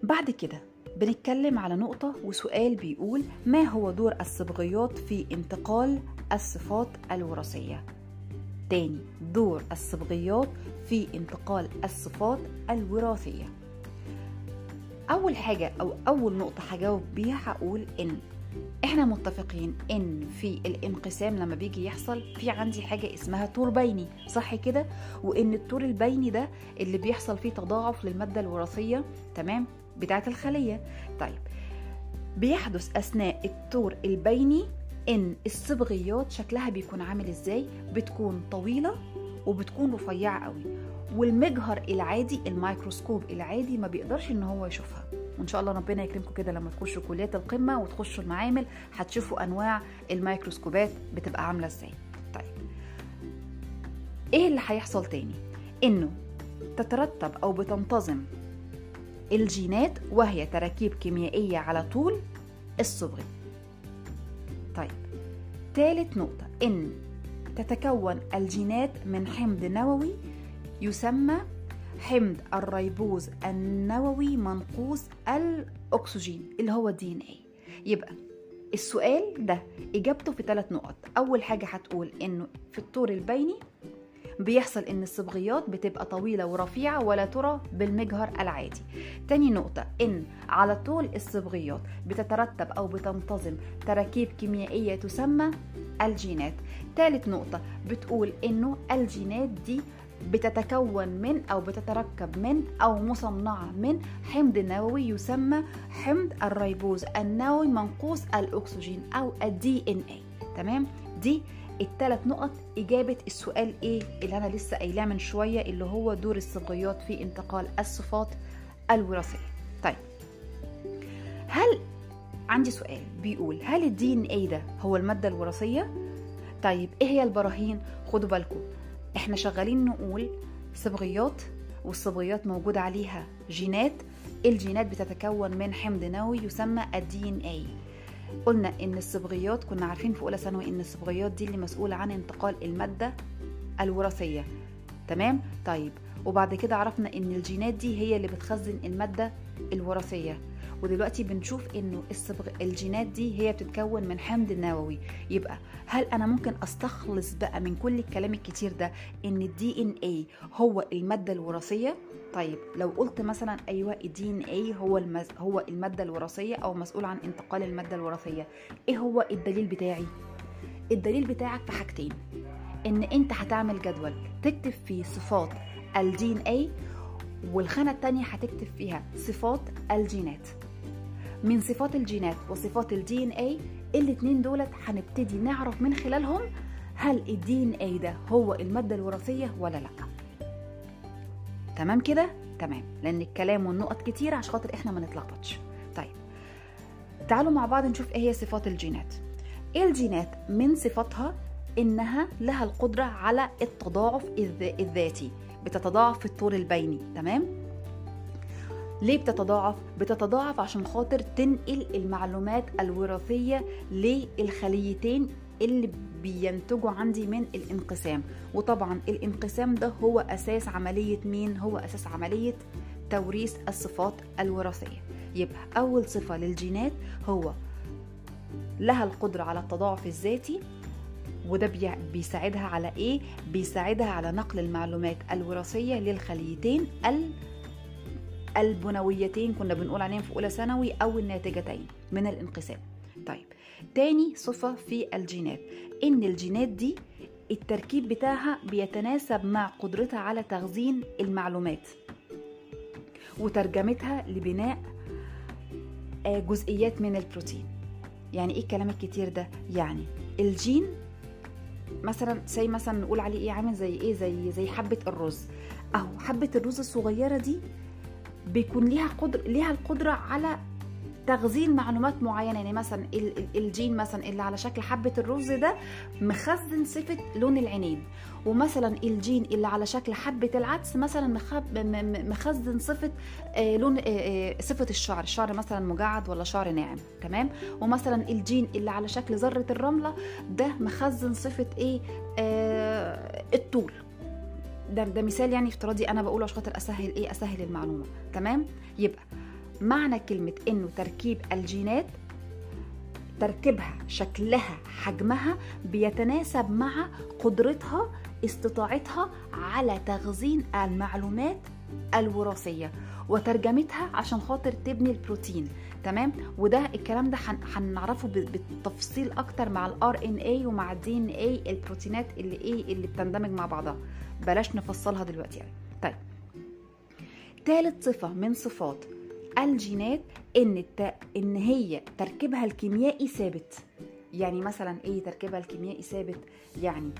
بعد كده بنتكلم على نقطة وسؤال بيقول: ما هو دور الصبغيات في انتقال الصفات الوراثية؟ تاني، دور الصبغيات في انتقال الصفات الوراثية. أول حاجة أو أول نقطة هجاوب بيها هقول إن إحنا متفقين إن في الانقسام لما بيجي يحصل في عندي حاجة اسمها طور بيني، صح كده؟ وإن الطور البيني ده اللي بيحصل فيه تضاعف للمادة الوراثية، تمام، بتاعة الخلية. طيب، بيحدث أثناء الطور البيني إن الصبغيات شكلها بيكون عامل إزاي؟ بتكون طويلة وبتكون رفيعة قوي، والمجهر العادي الميكروسكوب العادي ما بيقدرش إن هو يشوفها. وإن شاء الله ربنا يكرمكم كده لما تخشوا كليات القمة وتخشوا المعامل هتشوفوا أنواع الميكروسكوبات بتبقى عاملة إزاي. طيب، إيه اللي هيحصل تاني؟ إنه تترتب أو بتنتظم الجينات، وهي تراكيب كيميائية على طول الصبغي. طيب، ثالث نقطة إن تتكون الجينات من حمض نووي يسمى حمض الريبوز النووي منقوص الأكسجين اللي هو DNA. يبقى السؤال ده إجابته في 3 نقط. أول حاجة هتقول إنه في الطور البيني بيحصل إن الصبغيات بتبقى طويلة ورفيعة ولا ترى بالمجهر العادي. تاني نقطة إن على طول الصبغيات بتترتب أو بتنتظم تراكيب كيميائية تسمى الجينات. تالت نقطة بتقول إنه الجينات دي بتتكون من أو بتتركب من أو مصنعة من حمض نووي يسمى حمض الريبوز النووي منقوص الأكسجين أو DNA. تمام؟ دي ال3 نقط إجابة السؤال إيه اللي أنا لسه قايلاه من شوية، اللي هو دور الصبغيات في انتقال الصفات الوراثية. طيب، عندي سؤال بيقول: هل DNA ده هو المادة الوراثية؟ طيب، إيه هي البراهين؟ خدوا بالكم، إحنا شغالين نقول صبغيات، والصبغيات موجود عليها جينات. الجينات بتتكون من حمض نووي يسمى DNA. قلنا ان الصبغيات كنا عارفين في اولى ثانوي ان الصبغيات دي اللي مسؤوله عن انتقال الماده الوراثيه، تمام. طيب، وبعد كده عرفنا ان الجينات دي هي اللي بتخزن الماده الوراثيه، ودلوقتي بنشوف انه الجينات دي هي بتتكون من حمض نووي. يبقى هل انا ممكن استخلص بقى من كل الكلام الكتير ده ان DNA هو الماده الوراثيه؟ طيب، لو قلت مثلا ايوه DNA هو الماده الوراثيه او مسؤول عن انتقال الماده الوراثيه، ايه هو الدليل بتاعي؟ الدليل بتاعك في حاجتين: ان انت هتعمل جدول تكتب فيه صفات DNA، والخانه التانية هتكتب فيها صفات الجينات. من صفات الجينات وصفات DNA الاتنين دولت هنبتدي نعرف من خلالهم هل DNA ده هو الماده الوراثيه ولا لا. تمام كده؟ تمام، لان الكلام والنقط كتير عشان خاطر احنا ما نتلخبطش. طيب، تعالوا مع بعض نشوف ايه هي صفات الجينات. الجينات من صفاتها انها لها القدرة على التضاعف الذاتي، بتتضاعف في الطور البيني. تمام؟ ليه بتتضاعف؟ بتتضاعف عشان خاطر تنقل المعلومات الوراثية للخليتين اللي بينتجوا عندي من الانقسام. وطبعا الانقسام ده هو أساس عملية مين؟ هو أساس عملية توريث الصفات الوراثية. يبقى أول صفة للجينات هو لها القدرة على التضاعف الذاتي، وده بيساعدها على إيه؟ بيساعدها على نقل المعلومات الوراثية للخليتين البنويتين، كنا بنقول عليهم في أولى ثانوي، أو الناتجتين من الانقسام. طيب، تاني صفة في الجينات إن الجينات دي التركيب بتاعها بيتناسب مع قدرتها على تخزين المعلومات وترجمتها لبناء جزئيات من البروتين. يعني إيه الكلام الكتير ده؟ يعني الجين مثلا مثلا نقول عليه إيه، عامل زي إيه، زي حبة الرز. أهو حبة الرز الصغيرة دي بيكون ليها القدرة على تخزين معلومات معينة. يعني مثلا الجين مثلا اللي على شكل حبة الرز ده مخزن صفة لون العينين، ومثلا الجين اللي على شكل حبة العدس مثلا مخزن صفة لون صفة الشعر مثلا مجعد ولا شعر ناعم. تمام؟ ومثلا الجين اللي على شكل ذرة الرملة ده مخزن صفة ايه، الطول. ده مثال يعني افتراضي انا بقوله عشان خاطر اسهل المعلومة. تمام؟ يبقى معنى كلمة إنه تركيب الجينات تركيبها، شكلها، حجمها بيتناسب مع قدرتها، استطاعتها على تخزين المعلومات الوراثية وترجمتها عشان خاطر تبني البروتين. تمام؟ وده الكلام ده هنعرفه بالتفصيل اكتر مع الار ان اي ومع الدي ان اي، البروتينات اللي بتندمج مع بعضها، بلاش نفصلها دلوقتي يعني. طيب، ثالث صفة من صفات الجينات ان هي تركيبها الكيميائي ثابت. يعني مثلا ايه تركيبها الكيميائي ثابت؟ يعني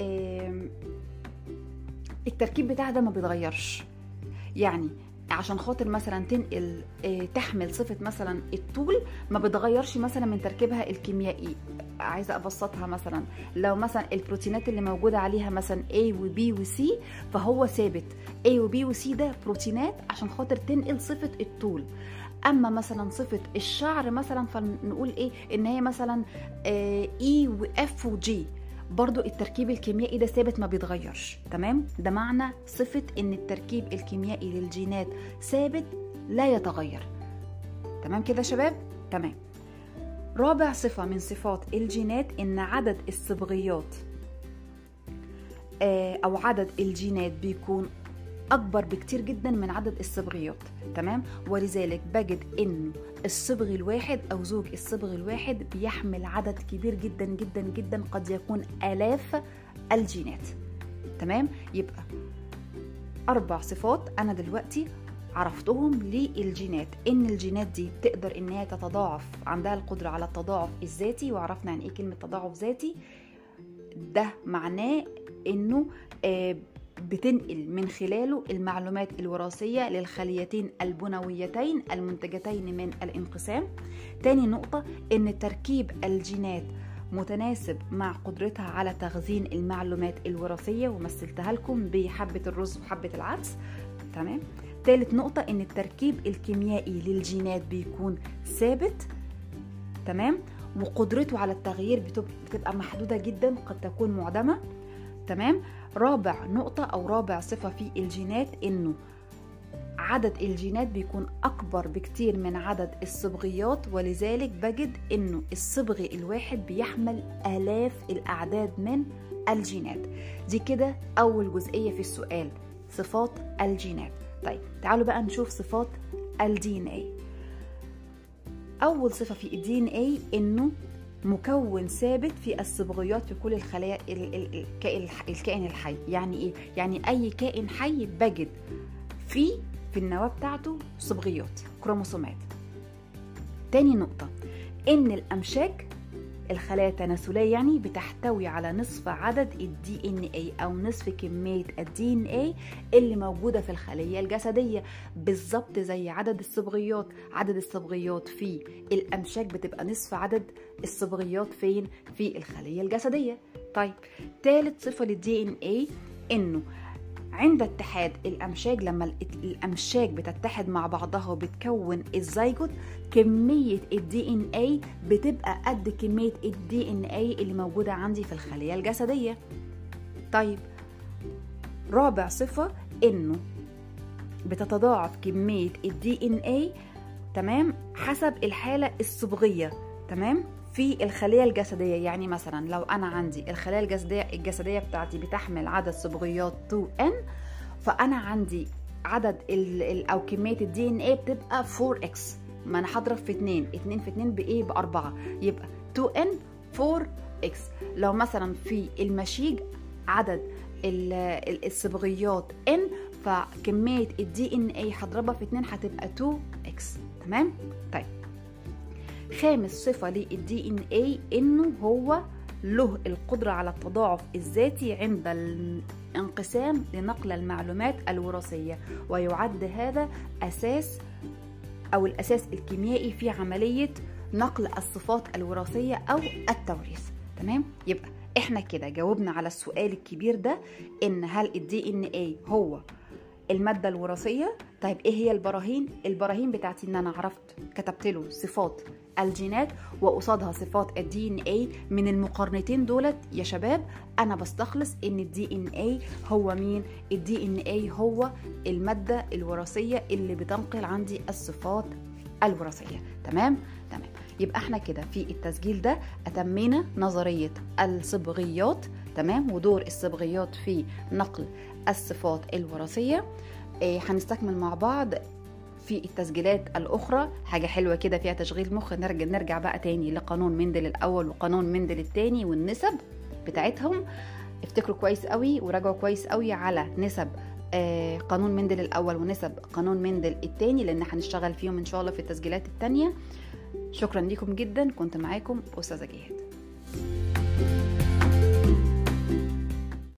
التركيب بتاعها ده ما بيتغيرش. يعني عشان خاطر مثلا تنقل تحمل صفة مثلا الطول، ما بتغيرش مثلا من تركيبها الكيميائي. عايزة أبسطها، مثلا لو مثلا البروتينات اللي موجودة عليها مثلا A و B و C، فهو ثابت. A و B و C ده بروتينات عشان خاطر تنقل صفة الطول. أما مثلا صفة الشعر مثلا فنقول إيه؟ إن هي مثلا E و F و G، برضو التركيب الكيميائي ده ثابت ما بيتغيرش. تمام؟ ده معنى صفة ان التركيب الكيميائي للجينات ثابت لا يتغير. تمام كده يا شباب؟ تمام. رابع صفة من صفات الجينات ان عدد الصبغيات او عدد الجينات بيكون اكبر بكتير جدا من عدد الصبغيات. تمام؟ ولذلك بجد ان الصبغ الواحد او زوج الصبغ الواحد بيحمل عدد كبير جدا جدا جدا، قد يكون آلاف الجينات. تمام؟ يبقى 4 صفات انا دلوقتي عرفتهم للجينات، ان الجينات دي تقدر ان هي تتضاعف، عندها القدرة على التضاعف الذاتي، وعرفنا يعني ايه كلمة تضاعف ذاتي. ده معناه انه بتنقل من خلاله المعلومات الوراثية للخليتين البنويتين المنتجتين من الانقسام. تاني نقطة، ان تركيب الجينات متناسب مع قدرتها على تخزين المعلومات الوراثية، ومثلتها لكم بحبة الرز وحبة العدس. تمام؟ تالت نقطة، ان التركيب الكيميائي للجينات بيكون ثابت. تمام؟ وقدرته على التغيير بتبقى محدودة جدا، قد تكون معدمة. تمام؟ رابع نقطة أو رابع صفة في الجينات إنه عدد الجينات بيكون أكبر بكتير من عدد الصبغيات، ولذلك بجد إنه الصبغ الواحد بيحمل آلاف الأعداد من الجينات. دي كده أول جزئية في السؤال، صفات الجينات. طيب تعالوا بقى نشوف صفات الدي ان اي. أول صفة في الدي ان اي إنه مكون ثابت في الصبغيات في كل الخلايا الكائن الحي. يعني ايه؟ يعني اي كائن حي بجد في النواة بتاعته صبغيات، كروموسومات. تاني نقطة، ان الامشاج الخلايا التناسلية يعني بتحتوي على نصف عدد الدي ان اي او نصف كمية الدي ان اي اللي موجودة في الخلية الجسدية، بالظبط زي عدد الصبغيات. عدد الصبغيات في الامشاج بتبقى نصف عدد الصبغيات فين؟ في الخلية الجسدية. طيب، ثالث صفة للدي ان اي انه عند اتحاد الامشاج، لما الامشاج بتتحد مع بعضها وبتكون الزيجوت، كميه الدي ان اي بتبقى قد كميه الدي ان اي اللي موجوده عندي في الخليه الجسديه. طيب، رابع صفه انه بتتضاعف كميه الدي ان اي تمام حسب الحاله الصبغيه. تمام؟ في الخلية الجسدية. يعني مثلا لو أنا عندي الخلايا الجسدية بتاعتي بتحمل عدد صبغيات 2N، فأنا عندي عدد أو كمية الدي ان اي بتبقى 4x. ما أنا هضرب في 2 في 2 بإيه؟ ب4، يبقى 2N 4x. لو مثلا في المشيج عدد الصبغيات N، فكمية الدي ان اي هضربها في 2 هتبقى 2x. تمام؟ طيب، خامس صفة للدي ان اي انه هو له القدرة على التضاعف الذاتي عند الانقسام لنقل المعلومات الوراثية، ويعد هذا اساس او الاساس الكيميائي في عملية نقل الصفات الوراثية او التوريث. تمام؟ يبقى احنا كده جاوبنا على السؤال الكبير ده، ان هل الدي ان اي هو المادة الوراثية؟ طيب ايه هي البراهين؟ البراهين بتاعتي ان انا عرفت كتبت له صفات الجينات وقصادها صفات الدي ان اي. من المقارنتين دولت يا شباب انا بستخلص ان الدي ان اي هو مين؟ الدي ان اي هو المادة الوراثية اللي بتنقل عندي الصفات الوراثية. تمام. يبقى احنا كده في التسجيل ده أتمينا نظرية الصبغيات، تمام، ودور الصبغيات في نقل الصفات الوراثية. هنستكمل مع بعض في التسجيلات الأخرى حاجة حلوة كده فيها تشغيل مخ. نرجع بقى تاني لقانون مندل الأول وقانون مندل التاني والنسب بتاعتهم. افتكروا كويس قوي وراجعوا كويس قوي على نسب قانون مندل الأول ونسب قانون مندل التاني، لأن هنشتغل فيهم إن شاء الله في التسجيلات التانية. شكرا لكم جدا، كنت معاكم أستاذة جهاد.